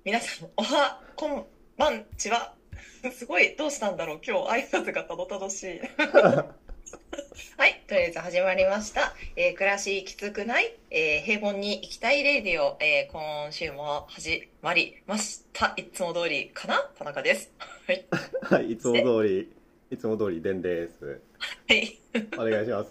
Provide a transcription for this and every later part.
皆さん、おはこんばんちは。すごい、どうしたんだろう、今日挨拶がたどたどしい。はい、とりあえず始まりました。暮らしきつくない、平凡に生きたいレイディオ、今週も始まりました。いつも通りかな、田中です。はい。 はい、いつもそして、 通り、いつも通り、でんです。 はい。 お願いします。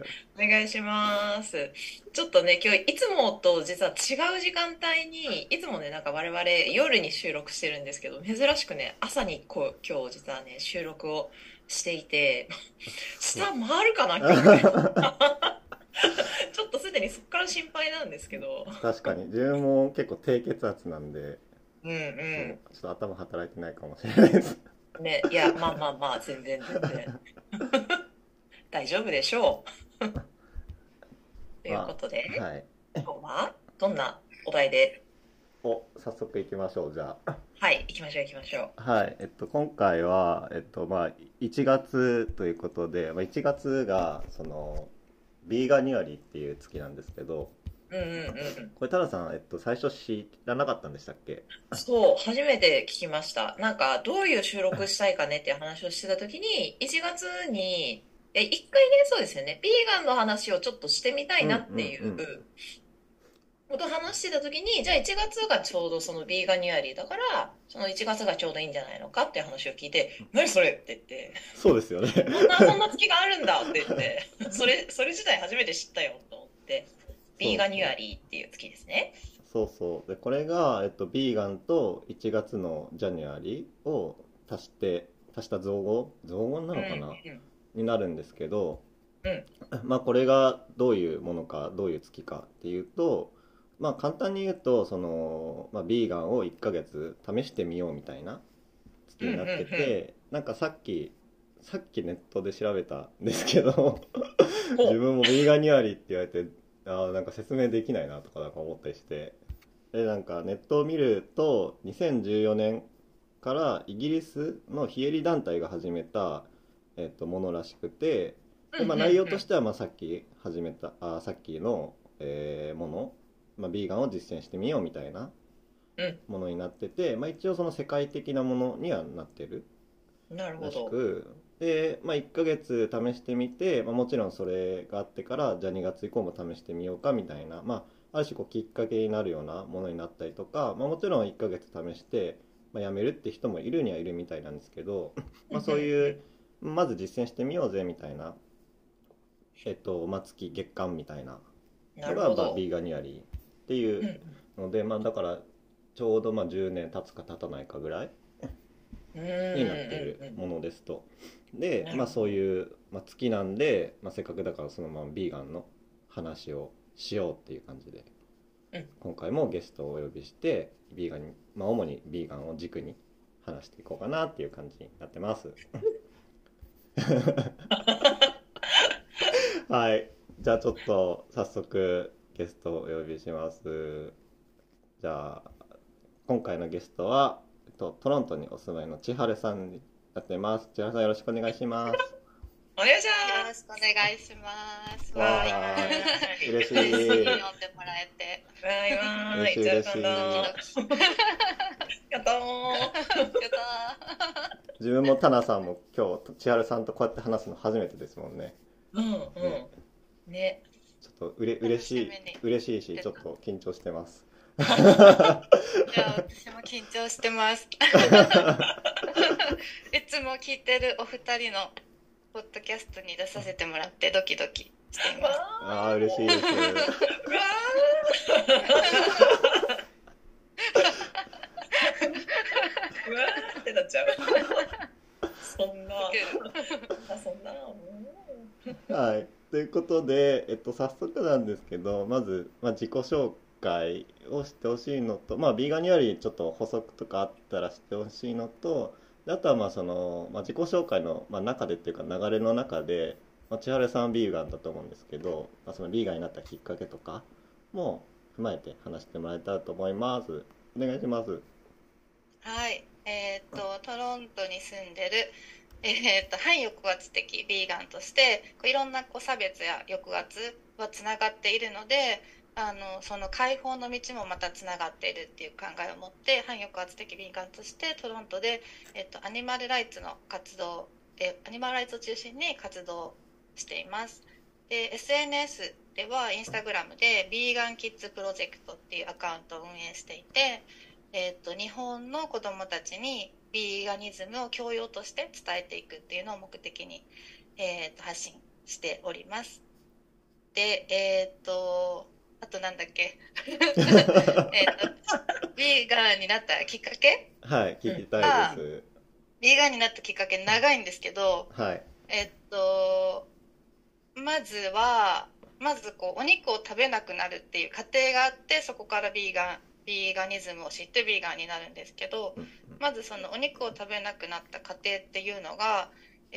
お願いします。ちょっとね、今日いつもと実は違う時間帯に、いつもね、なんか我々夜に収録してるんですけど、珍しくね、朝に今日実はね、収録をしていて、 そう。 下回るかな、今日ね。ちょっとすでにそこから心配なんですけど。 確かに、自分も結構低血圧なんで、 うんうそう、ちょっと頭働いてないかもしれないです。 ん。ね、いや、まあまあまあ、全然全然。大丈夫でしょう。というこまとで、 あ、はい。 今日はどんなお題で、 早速行きましょう、じゃあ。 はい、行きましょう行きましょはい、今回は、1月ということで、1月が、ビーガニュアリーっていう月なんですけど、 う。うんうんうんうん。 これ、タラさん、最初知らなかったんでしたっけ？ そう、初めて聞きました。なんか、どういう収録したいかねっていう話をしてた時に、1月に、一回ね、そうですよね、ビーガンの話をちょっとしてみたいうんうなっていんうん。 うことを話してた時に、じゃあ1月がちょうどそのビーガニュアリーだから、その1月がちょうどいいんじゃないのかっていう話を聞いて、何それって言って、 そうですよね。 そんな月があるんだって言って、それ自体初めて知ったよと思って、ビーガニュアそうそう。 リーっていう月ですね。 そうそう。で、これが、ビーガンと1月のジャニュアリを足した造語なうん、 のかなうん、 になるんですけど、 うん、 まあこれがどういうものか、どういう月かっていうと、まあ簡単に言うと、ビーガンを1ヶ月試してみようみたいな月うん、うん、 になってうん。 て、なんかさっきネットで調べたんですけど、 ほ自分もビーガンニュアリーって言われて、なんか説明できないなとかなんか思ったりして、でなんかネットを見ると2014年からイギリスの非営利団体が始めた、ものらしくて、 う。うで、 ん、うん、 まあ、内容うん。 としてはまあさっきの、もの、まあ、ビーガンを実践してみようみたいなうものになってて、まあ、一応その世界的なものにはなってるん。なるらほど。 しく、で、まあ、1ヶ月試してみて、まあ、もちろんそれがあってからじゃあ2月以降も試してみようかみたいな、まあ、ある種こうきっかけになるようなものになったりとか、まあ、もちろん1ヶ月試して、まあ、やめるって人もいるにはいるみたいなんですけど、 うん、 まあ、 うん、うそういうまず実践してみようぜみたいな、まあ、月間みたいなん。なのが、 るほど。 ビーガニュアリーっていううん、 ので、まあ、だからちょうどまあ10年経つか経たないかぐらいうん。うん、 になっていうん、 るもうん。 のですと。で、まあ、 なるほど。 そういう、まあ、月なんで、まあ、せっかくだからそのままビーガンの話をしようっていう感じで、 うん。 今回もゲストをお呼びしてビーガンに、まあ、主にビーガンを軸に話していこうかなっていう感じになってます。はい、じゃあちょっと早速ゲストをお呼びします。じゃあ今回のゲストは、トロントにお住まいの千春さんになってます。千春さん、よろしくお願いします。 お願いしよろます。 しくお願いします。わーい。 わわーい、嬉し嬉しい、 い。 呼んでもらえて。 ーい。わーい、わーい。 嬉しいじゃあ、 嬉し今度。 ドキい。 ドキ。 やったー。 やった自分もタナさんも今日千春さんとこうやって話すの初めてですもんね。 うん、 ね、 うん。ね。 ちょっとー。楽しみに嬉しいし、ちょっしてた。 と緊張してます。 いや、私も緊張してます。いつも聞いてるお二人のポッドキャストに出させてもらってドキドキしていわます。 ああ、嬉しいです。 ー。わー。うわーってなっちゃう。そんな。 ウケる。 そんな。 はい。ということで、早速なんですけど、まず、まあ、自己紹介をしてほしいのと、まあ、ビーガンによりちょっと補足とかあったらしてほしいのと、であとはまあまあ、自己紹介の、まあ、中でっていうか流れの中で、まあ、千春さんはビーガンだと思うんですけど、まあ、そのビーガンになったきっかけとかも踏まえて話してもらえたらと思います。お願いします。 はい。トロントに住んでる、反抑圧的ビーガンとして、いろんな差別や抑圧はつながっているので、 その解放の道もまたつながっているっていう考えを持って反抑圧的ビーガンとしてトロントで、アニマルライツの活動、アニマルライツを中心に活動しています。で SNS ではインスタグラムでビーガンキッズプロジェクトっていうアカウントを運営していて、日本の子どもたちにビーガニズムを教養として伝えていくっていうのを目的に、発信しております。で、あとなんだっけビーガンになったきっかけはい、聞きたいです。 ビーガンになったきっかけ長いんですけど、 はい。 まずこうお肉を食べなくなるっていう過程があって、そこからビーガニズムを知ってビーガンになるんですけど、 うんまずそのお肉を食べなくなった過程っていうのが、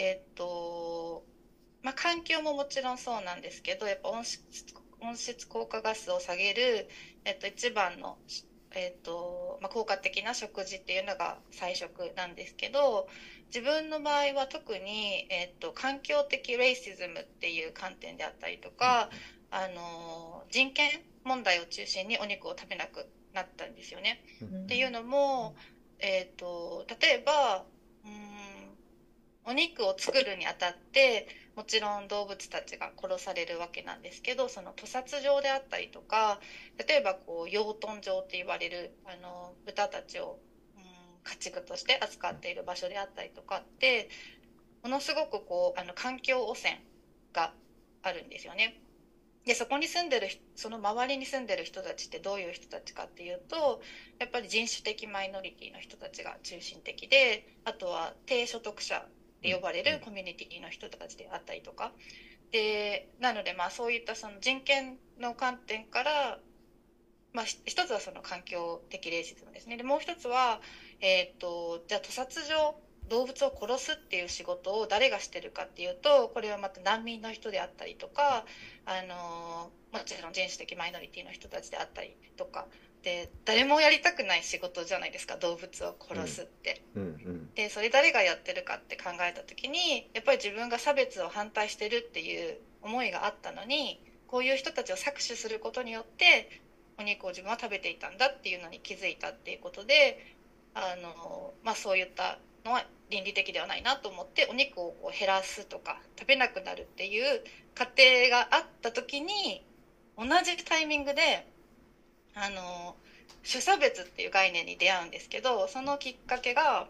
環境ももちろんそうなんですけど、やっぱ温室効果ガスを下げる、一番の、効果的な食事っていうのが菜食なんですけど、自分の場合は特に、環境的レイシズムっていう観点であったりとか、人権問題を中心にお肉を食べなくなったんですよね。っていうのも、例えばお肉を作るにあたってもちろん動物たちが殺されるわけなんですけど、その屠殺場であったりとか、例えばこう養豚場って言われる豚たちを、家畜として扱っている場所であったりとかってものすごくこう環境汚染があるんですよね。でそこに住んでるその周りに住んでる人たちってどういう人たちかっていうと、やっぱり人種的マイノリティの人たちが中心的で、あとは低所得者って呼ばれるコミュニティの人たちであったりとかで、なのでそういったその人権の観点から、一つはその環境的レイシズムですね。でもう一つは、じゃあ屠殺場、動物を殺すっていう仕事を誰がしてるかっていうと、これはまた難民の人であったりとか、もちろん人種的マイノリティの人たちであったりとかで、誰もやりたくない仕事じゃないですか、動物を殺すって。でそれ誰がやってるかって考えた時に、やっぱり自分が差別を反対してるっていう思いがあったのに、こういう人たちを搾取することによってお肉を自分は食べていたんだっていうのに気づいたっていうことで、そういったのは倫理的ではないなと思って、お肉を減らすとか食べなくなるっていう過程があった時に、同じタイミングで種差別っていう概念に出会うんですけど、そのきっかけが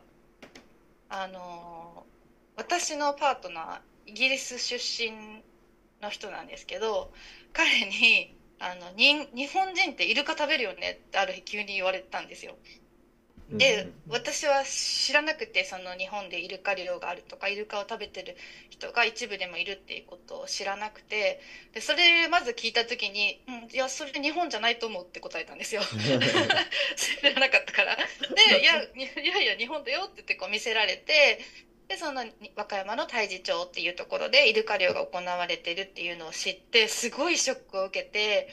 私のパートナーイギリス出身の人なんですけど、彼に日本人ってイルカ食べるよねってある日急に言われたんですよ。で私は知らなくて、その日本でイルカ漁があるとかイルカを食べてる人が一部でもいるっていうことを知らなくて、でそれまず聞いた時に、いやそれ日本じゃないと思うって答えたんですよ知らなかったから。でいやいや日本だよって言ってこう見せられて、でその和歌山の太地町っていうところでイルカ漁が行われてるっていうのを知って、すごいショックを受けて、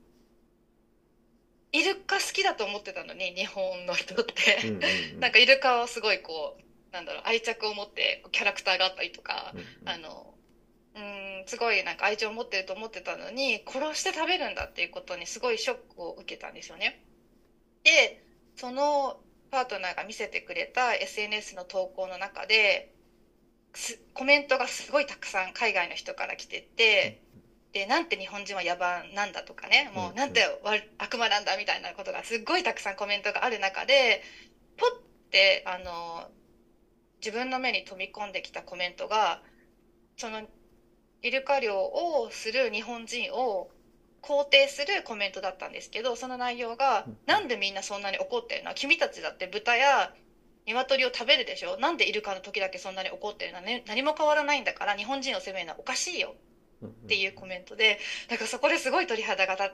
イルカ好きだと思ってたのに日本の人ってなんかイルカはすごいこう愛着を持ってキャラクターがあったりとか、すごいなんか愛情を持ってると思ってたのに、殺して食べるんだっていうことにすごいショックを受けたんですよね。でそのパートナーが見せてくれた SNS の投稿の中でコメントがすごいたくさん海外の人から来てて、でなんて日本人は野蛮なんだとかね、もうなんて悪魔なんだみたいなことがすっごいたくさんコメントがある中で、ポッて自分の目に飛び込んできたコメントが、そのイルカ漁をする日本人を肯定するコメントだったんですけど、その内容が、なんでみんなそんなに怒ってるの、君たちだって豚や鶏を食べるでしょ、なんでイルカの時だけそんなに怒ってるの、ね、何も変わらないんだから日本人を責めるのはおかしいよっていうコメントで、だからそこですごい鳥肌が立って、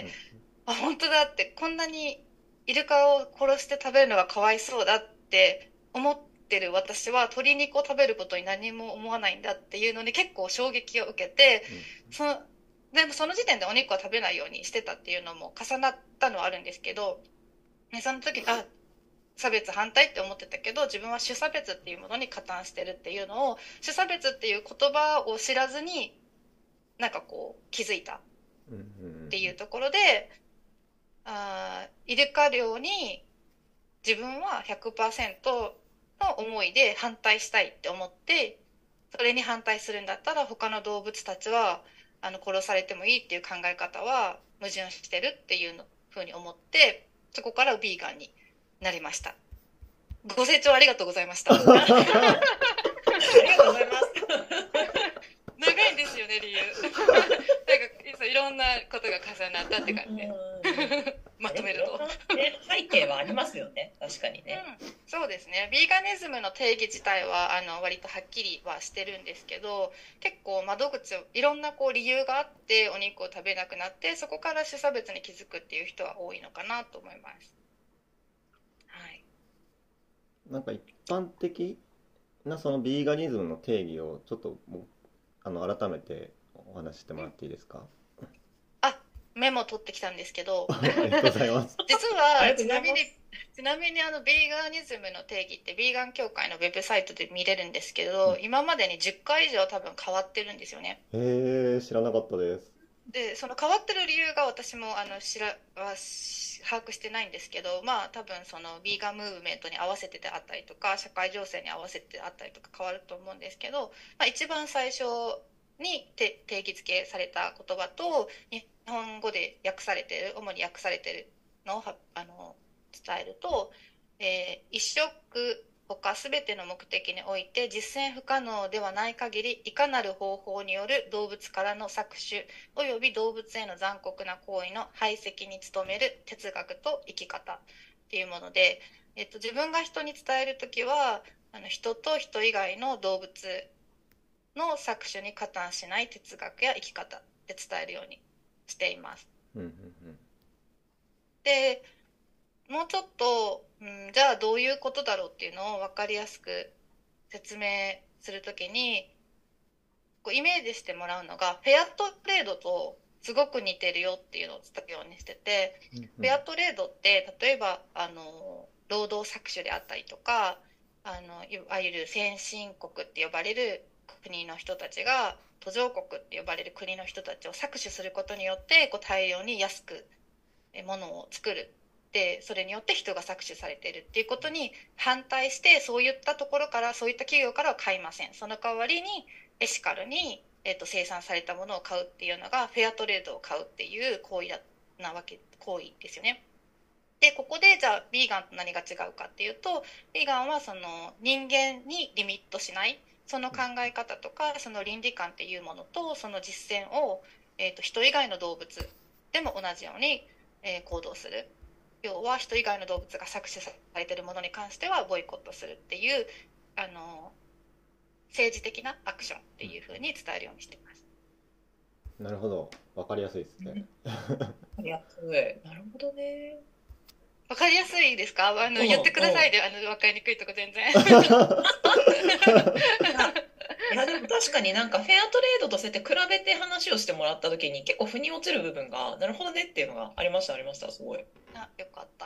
本当だって、こんなにイルカを殺して食べるのがかわいそうだって思ってる私は鶏肉を食べることに何も思わないんだっていうのに結構衝撃を受けて、でもその時点でお肉は食べないようにしてたっていうのも重なったのはあるんですけど、その時差別反対って思ってたけど、自分は種差別っていうものに加担してるっていうのを、種差別っていう言葉を知らずになんかこう気づいたっていうところで、イルカ漁に自分は 100% の思いで反対したいって思って、それに反対するんだったら他の動物たちは殺されてもいいっていう考え方は矛盾してるっていうふうに思って、そこからビーガンになりました。ご清聴ありがとうございました。 ありがとうございます。 長いんですよね、理由。なんかいろんなことが重なったって感じでまとめると、 背景はありますよね、確かにね。 そうですね。ビーガニズムの定義自体は割とはっきりはしてるんですけど、結構窓口いろんな理由があってお肉を食べなくなって、そこから種差別に気づくっていう人は多いのかなと思います。はい。 なんか一般的なそのビーガニズムの定義をちょっと改めてお話ししてもらっていいですか？ メモ取ってきたんですけどありがとうございます。 実はちなみにビーガニズムの定義ってビーガン協会のウェブサイトで見れるんですけど、今までに10回以上多分変わってるんですよね。 知らなかったです。 でその変わってる理由が私も把握してないんですけど、多分そのビーガンムーブメントに合わせてであったりとか、社会情勢に合わせてであったりとか変わると思うんですけど、一番最初に定義付けされた言葉と日本語で主に訳されているのを伝えると、一食他すべての目的において実践不可能ではない限り、いかなる方法による動物からの搾取および動物への残酷な行為の排斥に努める哲学と生き方っていうもので、自分が人に伝えるときは人と人以外の動物の搾取に加担しない哲学や生き方で伝えるようにしています。でもうちょっと、じゃあどういうことだろうっていうのを分かりやすく説明するときにイメージしてもらうのが、フェアトレードとすごく似てるよっていうのを伝えるようにしてて、フェアトレードって例えば労働搾取であったりとか、いわゆる先進国って呼ばれる国の人たちが途上国って呼ばれる国の人たちを搾取することによって大量に安く物を作る。でそれによって人が搾取されているっていうことに反対して、そういったところから、そういった企業からは買いません。その代わりにエシカルに、生産されたものを買うっていうのがフェアトレードを買うっていう行為ですよね。でここでじゃあビーガンと何が違うかっていうと、ビーガンはその人間にリミットしない、その考え方とかその倫理観っていうものとその実践を、人以外の動物でも同じように、行動する。要は人以外の動物が搾取されているものに関してはボイコットするっていう政治的なアクションっていう風に伝えるようにしています。 なるほど、わかりやすいですね。 わかりやすい。なるほどね。 わかりやすいですか？言ってくださいね。わかりにくいとこ全然。 いやでも確かになんかフェアトレードとそうやって比べて話をしてもらった時に結構腑に落ちる部分がなるほどねっていうのがありましたすごい。 よかった。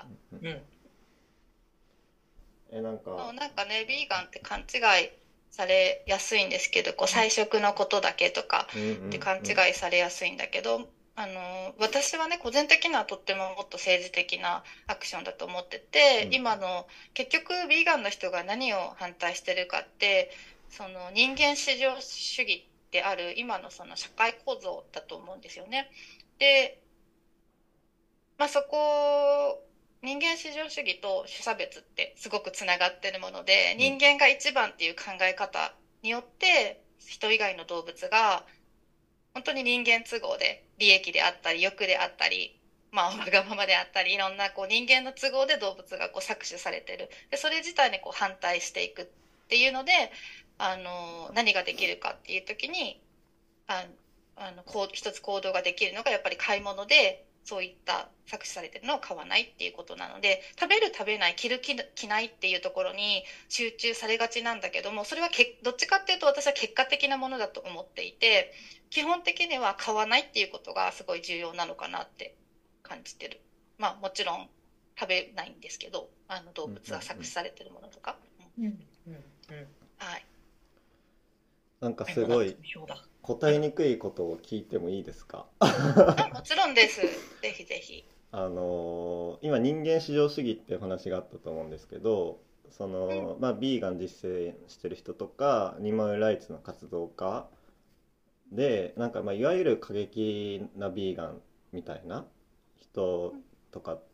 なんかね、ビーガンって勘違いされやすいんですけど、菜食のことだけとかって勘違いされやすいんだけど、私はね個人的にはとってももっと政治的なアクションだと思ってて、今の結局ビーガンの人が何を反対してるかって、その人間至上主義である今のその社会構造だと思うんですよね。で、そこ人間至上主義と種差別ってすごくつながってるもので、人間が一番っていう考え方によって人以外の動物が本当に人間都合で利益であったり欲であったり、わがままであったり、いろんな人間の都合で動物が搾取されてる。でそれ自体に反対していくっていうので、何ができるかっていう時に一つ行動ができるのがやっぱり買い物で、そういった搾取されてるのを買わないっていうことなので、食べる食べない着る着ないっていうところに集中されがちなんだけども、それはどっちかっていうと私は結果的なものだと思っていて、基本的には買わないっていうことがすごい重要なのかなって感じてる。もちろん食べないんですけど、動物が搾取されてるものとか。はい。 なんかすごい答えにくいことを聞いてもいいですか？ あ、もちろんです。ぜひぜひ。 今人間至上主義っていう話があったと思うんですけど、 うん、 まあ、ビーガン実践してる人とかアニマルライツの活動家で、なんかまあいわゆる過激なビーガンみたいな人うん、 とかって、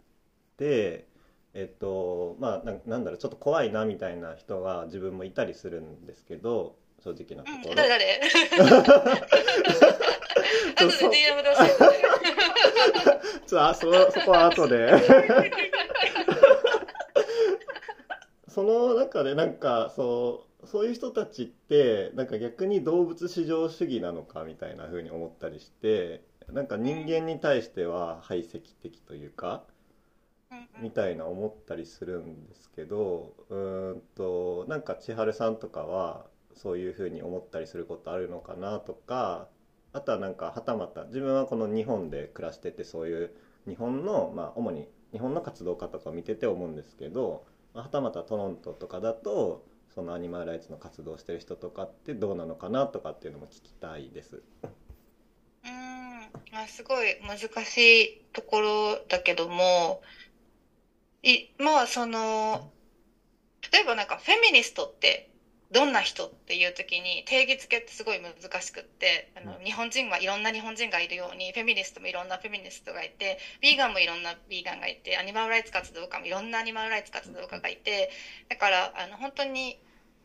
まあなんだろう、ちょっと怖いなみたいな人が自分もいたりするんですけど、正直なとうん、 ころ。 誰誰ちょ後でそ DM で教えてね。 そこは後で。その中でなんかそういう人たちってなんか逆に動物至上主義なのかみたいな風に思ったりして、なんか人間に対しては排斥的というかうんうん。 みたいな思ったりするんですけど、なんか千春さんとかはそういう風に思ったりすることあるのかなとか、あとはなんかはたまた自分はこの日本で暮らしてて、そういう日本のまあ主に日本の活動家とかを見てて思うんですけど、まあはたまたトロントとかだとそのアニマルライツの活動をしてる人とかってどうなのかなとかっていうのも聞きたいです。 すごい難しいところだけども、まあ例えばなんかフェミニストってどんな人っていう時に定義づけってすごい難しくって、 うん日本人はいろんな日本人がいるように、フェミニストもいろんなフェミニストがいて、ビーガンもいろんなビーガンがいて、アニマルライツ活動家もいろんなアニマルライツ活動家がいて、だから本当に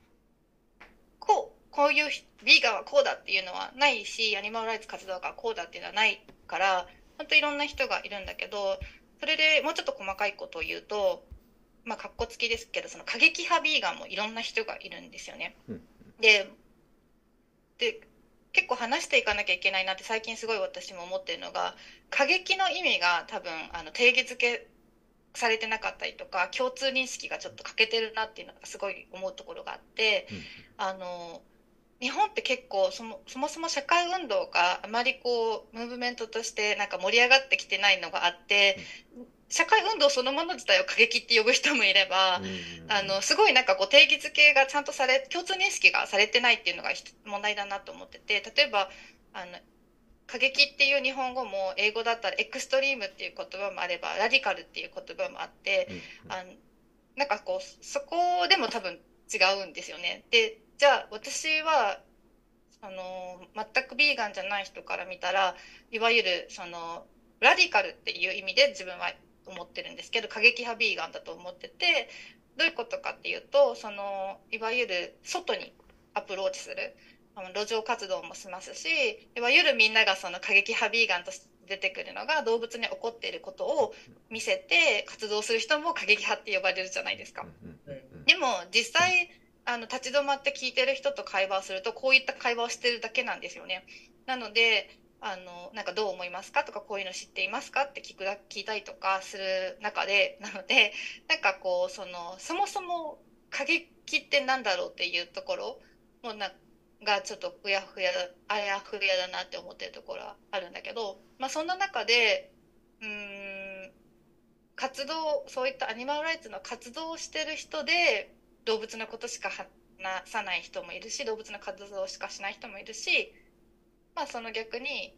こういうビーガンはこうだっていうのはないし、アニマルライツ活動家はこうだっていうのはないから、本当いろんな人がいるんだけど、それでもうちょっと細かいことを言うと、まあ、かっこつきですけど、その過激派ビーガンもいろんな人がいるんですよね。 うんで、で、結構話していかなきゃいけないなって最近すごい私も思ってるのが、過激の意味が多分、定義づけされてなかったりとか、共通認識がちょっと欠けてるなっていうのがすごい思うところがあって、 うんあの、日本って結構そもそも社会運動があまりこうムーブメントとしてなんか盛り上がってきてないのがあって、 うん社会運動そのもの自体を過激って呼ぶ人もいれば、 うんうんすごいなんかこう定義づけがちゃんと共通認識がされてないっていうのが問題だなと思ってて、例えば、あの、過激っていう日本語も英語だったらエクストリームっていう言葉もあれば、ラディカルっていう言葉もあって、 うんあの、なんかこう、そこでも多分違うんですよね。で、じゃあ私は、全くビーガンじゃない人から見たら、いわゆるラディカルっていう意味で自分は思ってるんですけど、過激派ビーガンだと思ってて、どういうことかっていうと、いわゆる外にアプローチする、路上活動もしますし、いわゆるみんながその過激派ビーガンとして出てくるのが動物に起こっていることを見せて活動する人も過激派って呼ばれるじゃないですか。 うんうんでも実際立ち止まって聞いてる人と会話をするとこういった会話をしてるだけなんですよね。なのでなんかどう思いますかとかこういうの知っていますかって聞いたりとかする中で、なのでなんかこうそもそも過激ってなんだろうっていうところもがちょっとあやふやだなって思ってるところはあるんだけど、まあそんな中でうーんそういったアニマルライツの活動をしてる人で動物のことしか話さない人もいるし、動物の活動しかしない人もいるし、まあその逆に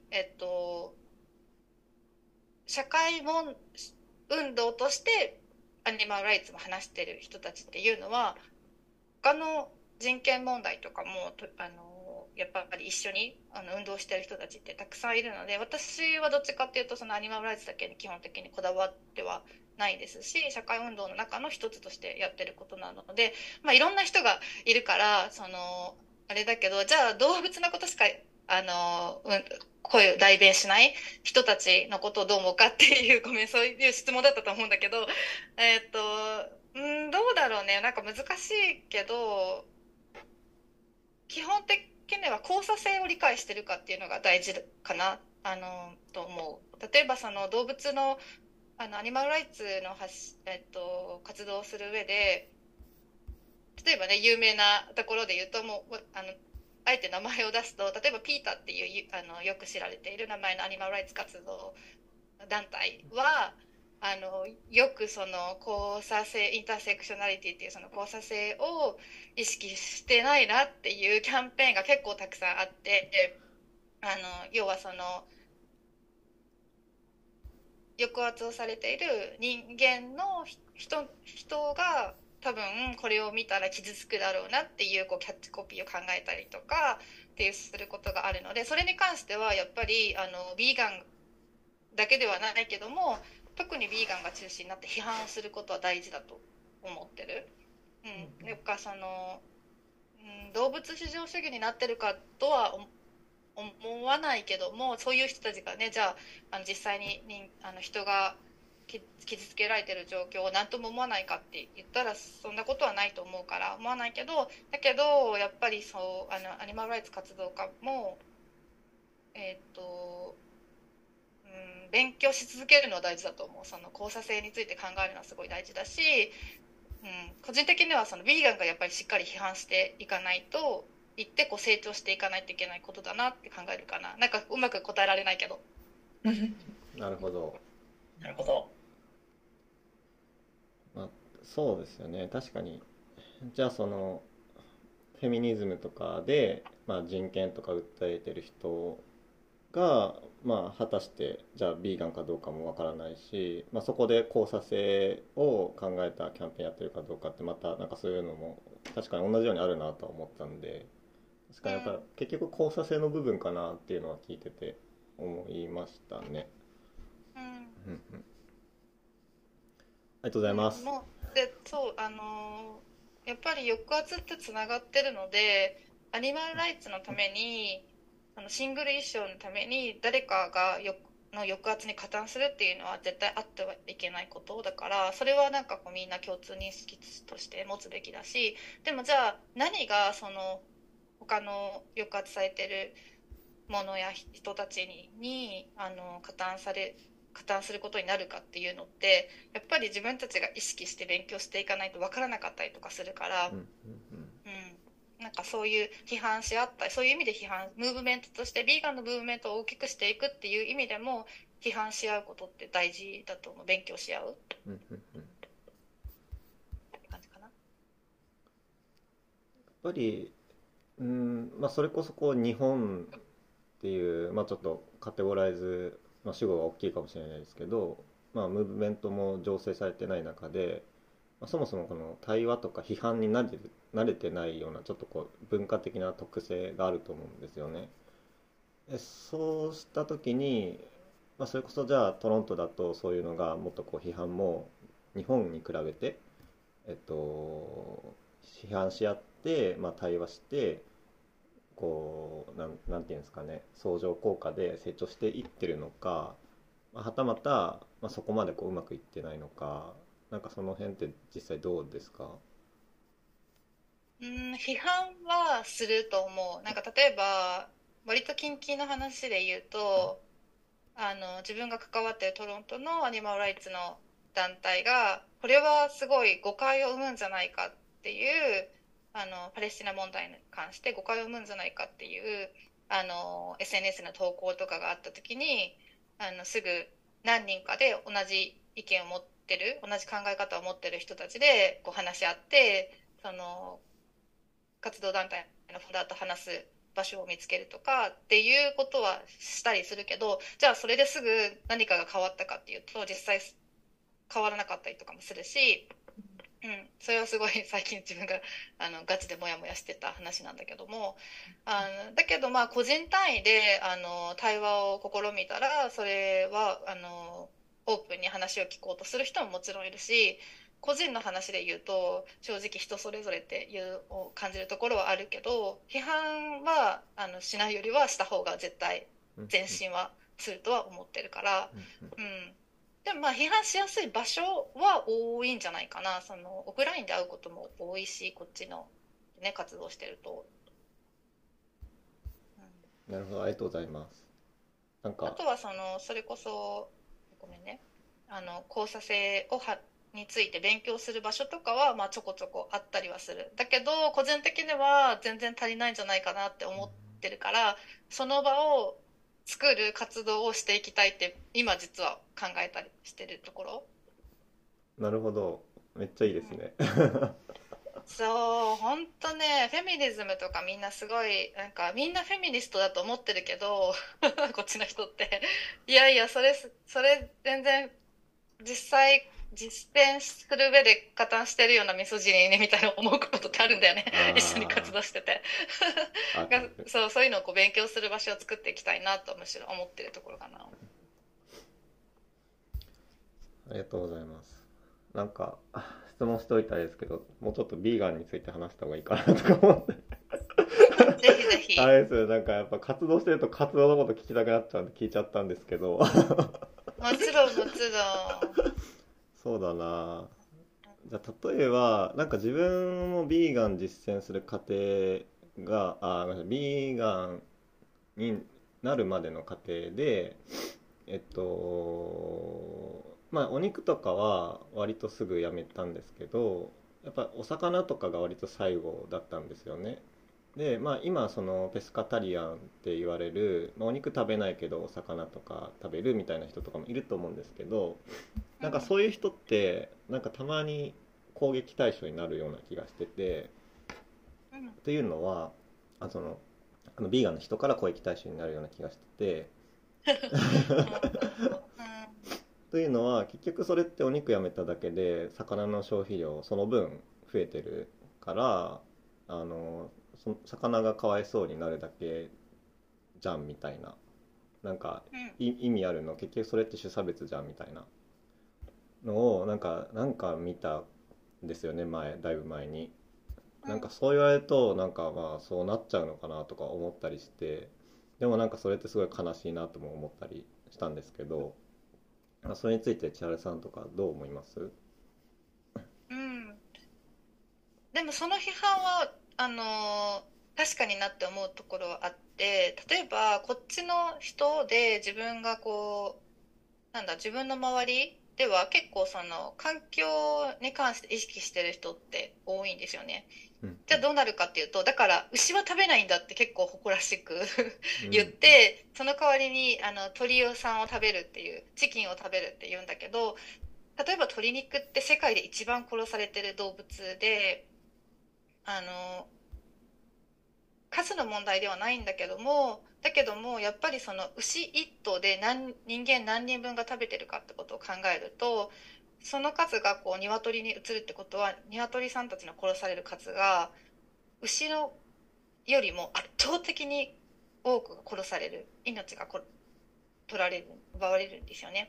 社会運動としてアニマルライツも話してる人たちっていうのは、他の人権問題とかもやっぱり一緒に運動してる人たちってたくさんいるので、私はどっちかっていうとそのアニマルライツだけに基本的にこだわってはないですし、社会運動の中の一つとしてやってることなので、まあいろんな人がいるからあれだけど、じゃあ動物のことしか声を代弁しない人たちのことをどう思うかっていう、ごめん、そういう質問だったと思うんだけど、どうだろうね。なんか難しいけど、基本的には交差性を理解してるかっていうのが大事かな、と思う。例えばその動物の、アニマルライツの活動をする上で、例えばね、有名なところで言うと、もう、あえて名前を出すと、例えばピータっていう、よく知られている名前のアニマルライツ活動団体は、よく交差性、インターセクショナリティっていうその交差性を意識してないなっていうキャンペーンが結構たくさんあって、 要は抑圧をされている人間の人が多分これを見たら傷つくだろうなっていう、キャッチコピーを考えたりとかっていうすることがあるので、それに関してはやっぱりビーガンだけではないけども、特にビーガンが中心になって批判をすることは大事だと思ってる。やっぱ動物至上主義になってるかとは思わないけども、そういう人たちがね、じゃあ、実際に人が傷つけられてる状況を何とも思わないかって言ったらそんなことはないと思うから思わないけど、だけどやっぱりアニマルライツ活動家も勉強し続けるのは大事だと思う。その交差性について考えるのはすごい大事だし、個人的にはビーガンがやっぱりしっかり批判していかないと言って成長していかないといけないことだなって考えるかな。なんかうまく答えられないけど。 なるほど。 なるほど。 そうですよね。確かに。じゃあフェミニズムとかで、人権とか訴えてる人が、果たしてじゃあビーガンかどうかもわからないし、そこで交差性を考えたキャンペーンやってるかどうかってまたなんかそういうのも確かに同じようにあるなとは思ったんで、確かにやっぱ結局交差性の部分かなっていうのは聞いてて思いましたね。ありがとうございます。 やっぱり抑圧ってつながってるので、アニマルライツのためにシングル一生のために誰かがの抑圧に加担するっていうのは絶対あってはいけないことだから、それはなんかみんな共通認識として持つべきだし、でもじゃあ何が他の抑圧されてるものや人たちに加担することになるかっていうのって、やっぱり自分たちが意識して勉強していかないと分からなかったりとかするから、なんかそういう批判し合ったり、そういう意味でムーブメントとしてビーガンのムーブメントを大きくしていくっていう意味でも批判し合うことって大事だと思う。勉強し合うって感じかな。 やっぱりそれこそ日本っていう、ちょっとカテゴライズ、主語が大きいかもしれないですけど、ムーブメントも醸成されてない中で、そもそもこの対話とか批判に慣れてないようなちょっと文化的な特性があると思うんですよね。そうした時に、それこそじゃあトロントだとそういうのがもっと批判も日本に比べて、批判し合って、対話してなんていうんですかね、相乗効果で成長していってるのか、はたまた、そこまでうまくいってないのか、なんかその辺って実際どうですか？ 批判はすると思う。なんか例えば割と近々の話で言うと、自分が関わっているトロントのアニマルライツの団体がこれはすごい誤解を生むんじゃないかっていうパレスチナ問題に関して誤解を生むんじゃないかっていうSNS の投稿とかがあった時にすぐ何人かで同じ意見を持ってる、同じ考え方を持ってる人たちで話し合って、活動団体のファウンダーと話す場所を見つけるとかっていうことはしたりするけど、じゃあそれですぐ何かが変わったかっていうと実際変わらなかったりとかもするし、それはすごい最近自分がガチでモヤモヤしてた話なんだけども、だけど個人単位で対話を試みたら、それはオープンに話を聞こうとする人ももちろんいるし、個人の話で言うと正直人それぞれっていう感じるところはあるけど、批判はしないよりはした方が絶対前進はするとは思ってるから、でも批判しやすい場所は多いんじゃないかな。オフラインで会うことも多いし、こっちのね活動してると。 なるほど、ありがとうございます。 あとはそれこそごめんね、交差性について勉強する場所とかはちょこちょこあったりはする。だけど個人的には全然足りないんじゃないかなって思ってるから、その場を作る活動をしていきたいって今実は考えたりしてるところ。 なるほど、めっちゃいいですね。 そう、ほんとね、フェミニズムとかみんなすごい、なんかみんなフェミニストだと思ってるけど、こっちの人って。いやいや、それ全然実践する上で加担してるようなミソジニーねみたいな思うことってあるんだよね。一緒に活動してて。 あ、 そういうのをこう勉強する場所を作っていきたいなとむしろ思ってるところかな。 ありがとうございます。なんか質問しておいたらですけど、もうちょっとビーガンについて話した方がいいかなとか思って。 ぜひぜひ。 あれですよ、なんかやっぱ活動してると活動のこと聞きたくなっちゃうんで聞いちゃったんですけど。 もちろんもちろん。 そうだな。じゃあ例えばなんか自分もビーガン実践する過程が、ごめんなさい、ビーガンになるまでの過程で、まあお肉とかは割とすぐやめたんですけど、やっぱお魚とかが割と最後だったんですよね。でまあ今そのペスカタリアンって言われる、まあ、お肉食べないけどお魚とか食べるみたいな人とかもいると思うんですけど、なんかそういう人ってなんかたまに攻撃対象になるような気がしてて、っていうのはあのビーガンの人から攻撃対象になるような気がしててというのは結局それってお肉やめただけで魚の消費量その分増えてるから、魚がかわいそうになるだけじゃんみたいな、なんか意味あるの、結局それって種差別じゃんみたいなのをなんか見たんですよね、だいぶ前に。なんかそう言われるとなんかまあそうなっちゃうのかなとか思ったりして、でもなんかそれってすごい悲しいなとも思ったりしたんですけど、それについて千春さんとかどう思います？ うん。でもその批判は確かになって思うところはあって、例えばこっちの人で自分がこうなんだ自分の周りでは結構その環境に関して意識してる人って多いんですよね。 うんじゃあどうなるかっていうと、だから牛は食べないんだって結構誇らしくう言っんて、その代わりに鳥さんを食べるっていう、チキンを食べるって言うんだけど、例えば鶏肉って世界で一番殺されてる動物で、あの数の問題ではないんだけども、やっぱりその牛一頭で人間何人分が食べてるかってことを考えると、その数がこう鶏に移るってことは、鶏さんたちの殺される数が牛のよりも圧倒的に多くが殺される、命が取られる、奪われるんですよね。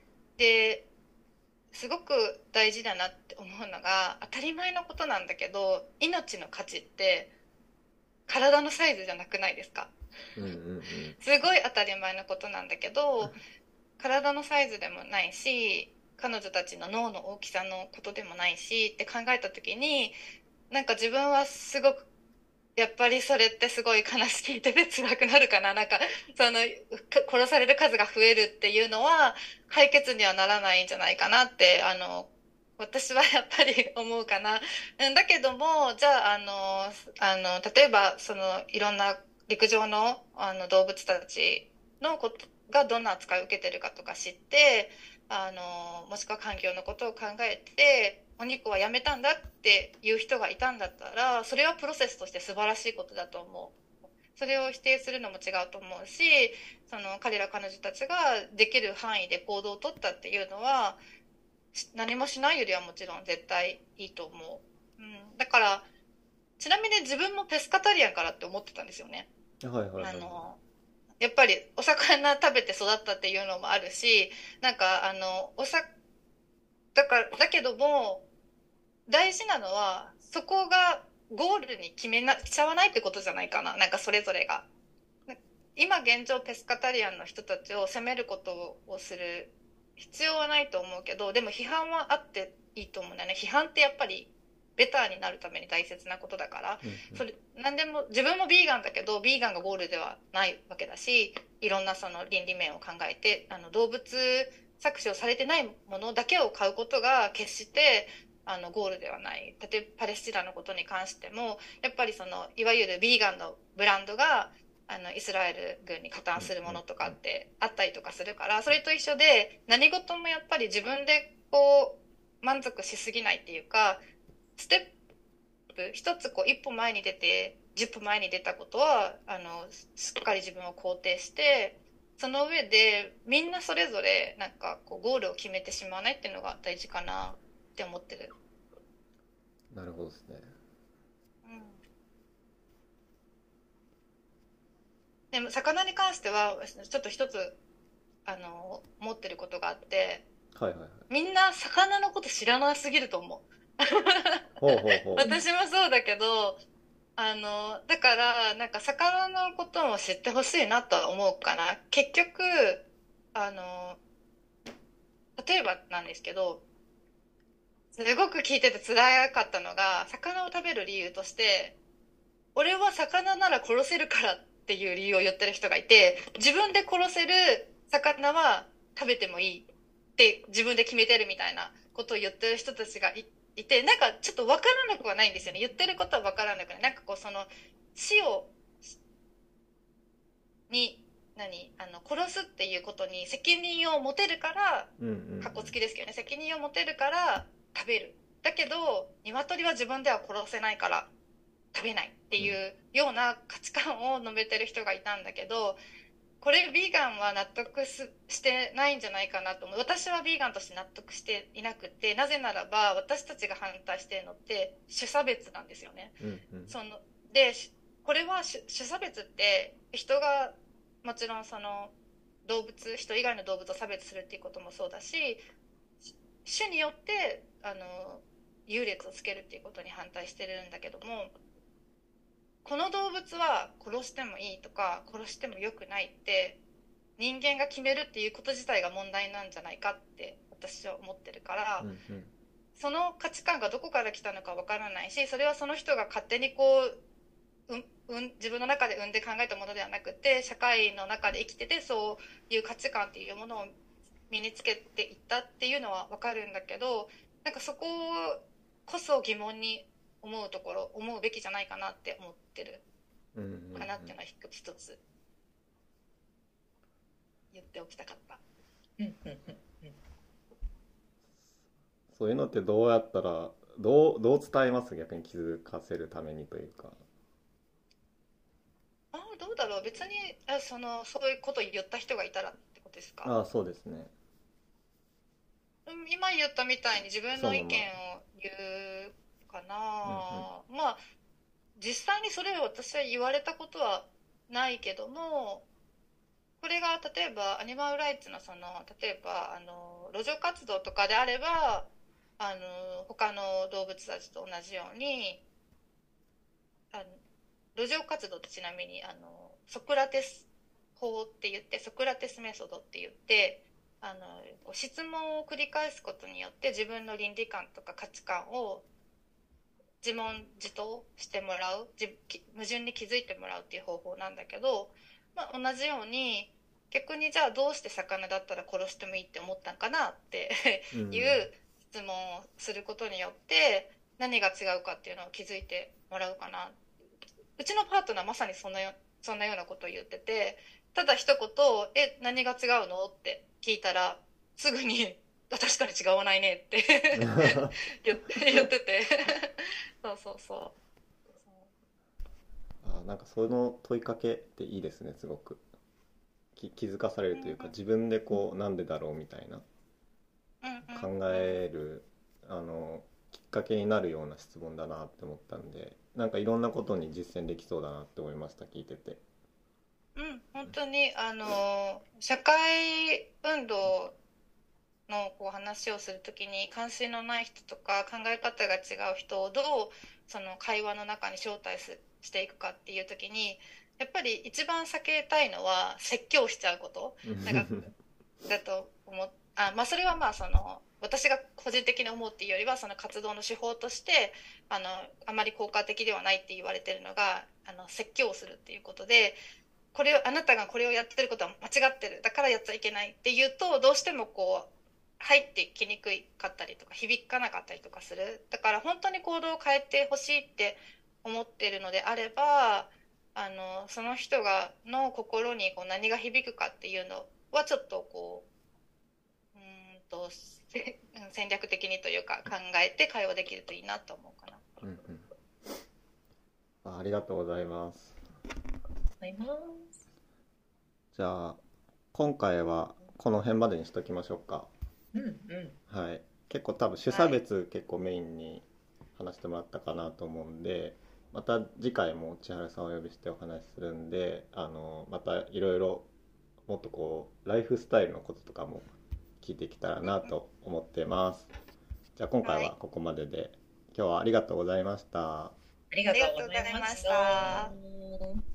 ですごく大事だなって思うのが、当たり前のことなんだけど、命の価値って体のサイズじゃなくないですか。 うんうんすごい当たり前のことなんだけど、体のサイズでもないし、彼女たちの脳の大きさのことでもないしって考えた時に、なんか自分はすごくやっぱりそれってすごい話聞いてて辛くなるかな。なんか、殺される数が増えるっていうのは解決にはならないんじゃないかなって、私はやっぱり思うかな。だけども、じゃあ、例えば、いろんな陸上の、動物たちのことがどんな扱いを受けてるかとか知って、もしくは環境のことを考えて、お肉はやめたんだっていう人がいたんだったら、それはプロセスとして素晴らしいことだと思う。それを否定するのも違うと思うし、彼ら彼女たちができる範囲で行動を取ったっていうのは、何もしないよりはもちろん絶対いいと思う。だから、ちなみに自分もペスカタリアンからって思ってたんですよね。 はいはいはい。 やっぱりお魚食べて育ったっていうのもあるし、なんかだけども、大事なのは、そこがゴールにしちゃわないってことじゃないかな。なんかそれぞれが。今現状ペスカタリアンの人たちを責めることをする必要はないと思うけど、でも批判はあっていいと思うんだよね。批判ってやっぱりベターになるために大切なことだから、何でも、自分もビーガンだけど、ビーガンがゴールではないわけだし、いろんなその倫理面を考えて、動物搾取をされてないものだけを買うことが決してゴールではない。例えばパレスチナのことに関しても、やっぱりいわゆるビーガンのブランドがイスラエル軍に加担するものとかってあったりとかするから、それと一緒で何事もやっぱり自分でこう満足しすぎないっていうか、ステッ一つこう一歩前に出て10歩前に出たことはしっかり自分を肯定して、その上でみんなそれぞれなんかこうゴールを決めてしまわないっていうのが大事かなって思ってる。 なるほどですね。 うん、でも魚に関してはちょっと一つ思ってることがあって、 はいはいはい。 みんな魚のこと知らなすぎると思う。 ほうほうほう。 私もそうだけど、だからなんか魚のことも知ってほしいなとは思うかな。結局あの例えばなんですけど、すごく聞いてて辛かったのが、魚を食べる理由として、俺は魚なら殺せるからっていう理由を言ってる人がいて、自分で殺せる魚は食べてもいいって自分で決めてるみたいなことを言ってる人たちがいて、なんかちょっと分からなくはないんですよね。言ってることは分からなくない。なんかこう死をに殺すっていうことに責任を持てるから、 うんうんうん。 かっこつきですけどね、責任を持てるから食べる。だけど鶏は自分では殺せないから食べないっていうような価値観を述べてる人がいたんだけど、これビーガンは納得してないんじゃないかなと思う。私はビーガンとして納得していなくて、なぜならば私たちが反対しているのって種差別なんですよね。 うんうん。 でこれは種差別って人がもちろん人以外の動物を差別するっていうこともそうだし、種によって優劣をつけるっていうことに反対してるんだけども、この動物は殺してもいいとか殺してもよくないって人間が決めるっていうこと自体が問題なんじゃないかって私は思ってるから、 うんうん。 その価値観がどこから来たのかわからないし、それはその人が勝手にこう自分の中で生んで考えたものではなくて、社会の中で生きててそういう価値観っていうものを身につけていったっていうのは分かるんだけど、なんかそここそ疑問に思うべきじゃないかなって思ってるうんうんうん。 かなっていうのは一つ言っておきたかった。 うんうんうんそういうのってどうやったら、どう伝えます？逆に気づかせるためにというか。 どうだろう、別にそういうことを言った人がいたらってことですか？ ああ、そうですね。 今言ったみたいに自分そのまま。 の意見を言うかな。 うんうん。 まあ実際にそれを私は言われたことはないけども、これが例えばアニマルライツの例えば路上活動とかであれば、他の動物たちと同じようにあの路上活動ってちなみにソクラテス法って言って、ソクラテスメソドって言って、質問を繰り返すことによって自分の倫理観とか価値観を自問自答してもらう、矛盾に気づいてもらうっていう方法なんだけど、まあ、同じように逆にじゃあどうして魚だったら殺してもいいって思ったんかなってうん。 いう質問をすることによって何が違うかっていうのを気づいてもらうかな。うちのパートナーまさにそんなようなことを言ってて、ただ一言何が違うのって聞いたらすぐに確かに違わないねって言っててそうそうそうあ、なんかその問いかけっていいですね、すごく。気づかされるというか、自分でこう、なんでだろうみたいな考える、きっかけになるような質問だなって思ったんで、なんかいろんなことに実践できそうだなって思いました、聞いてて。 本当に社会運動のこう話をするときに関心のない人とか考え方が違う人をどうその会話の中に招待していくかっていうときに、やっぱり一番避けたいのは説教しちゃうことなんかだと思う。まあ、それはまあ私が個人的に思うっていうよりは、その活動の手法としてあまり効果的ではないって言われてるのが説教をするっていうことで、あなたがこれをやってることは間違ってる、だからやっちゃいけないって言うと、どうしてもこう入ってきにくかったりとか響かなかったりとかする。だから本当に行動を変えてほしいって思ってるのであれば、その人の心にこう何が響くかっていうのはちょっとこう戦略的にというか考えて会話できるといいなと思うかな。 うんうん。 ありがとうございます。 ございます。 じゃあ今回はこの辺までにしときましょうか。 うんうん。 はい。結構多分種差はい。 別結構メインに話してもらったかなと思うんで、また次回も千春さんをお呼びしてお話しするんで、またいろいろもっとこうライフスタイルのこととかも聞いていけたらなと思ってます。じゃあ今回はい。 はここまでで、今日はありがとうございました。 ありあがとうござりがとうございましいました。 た。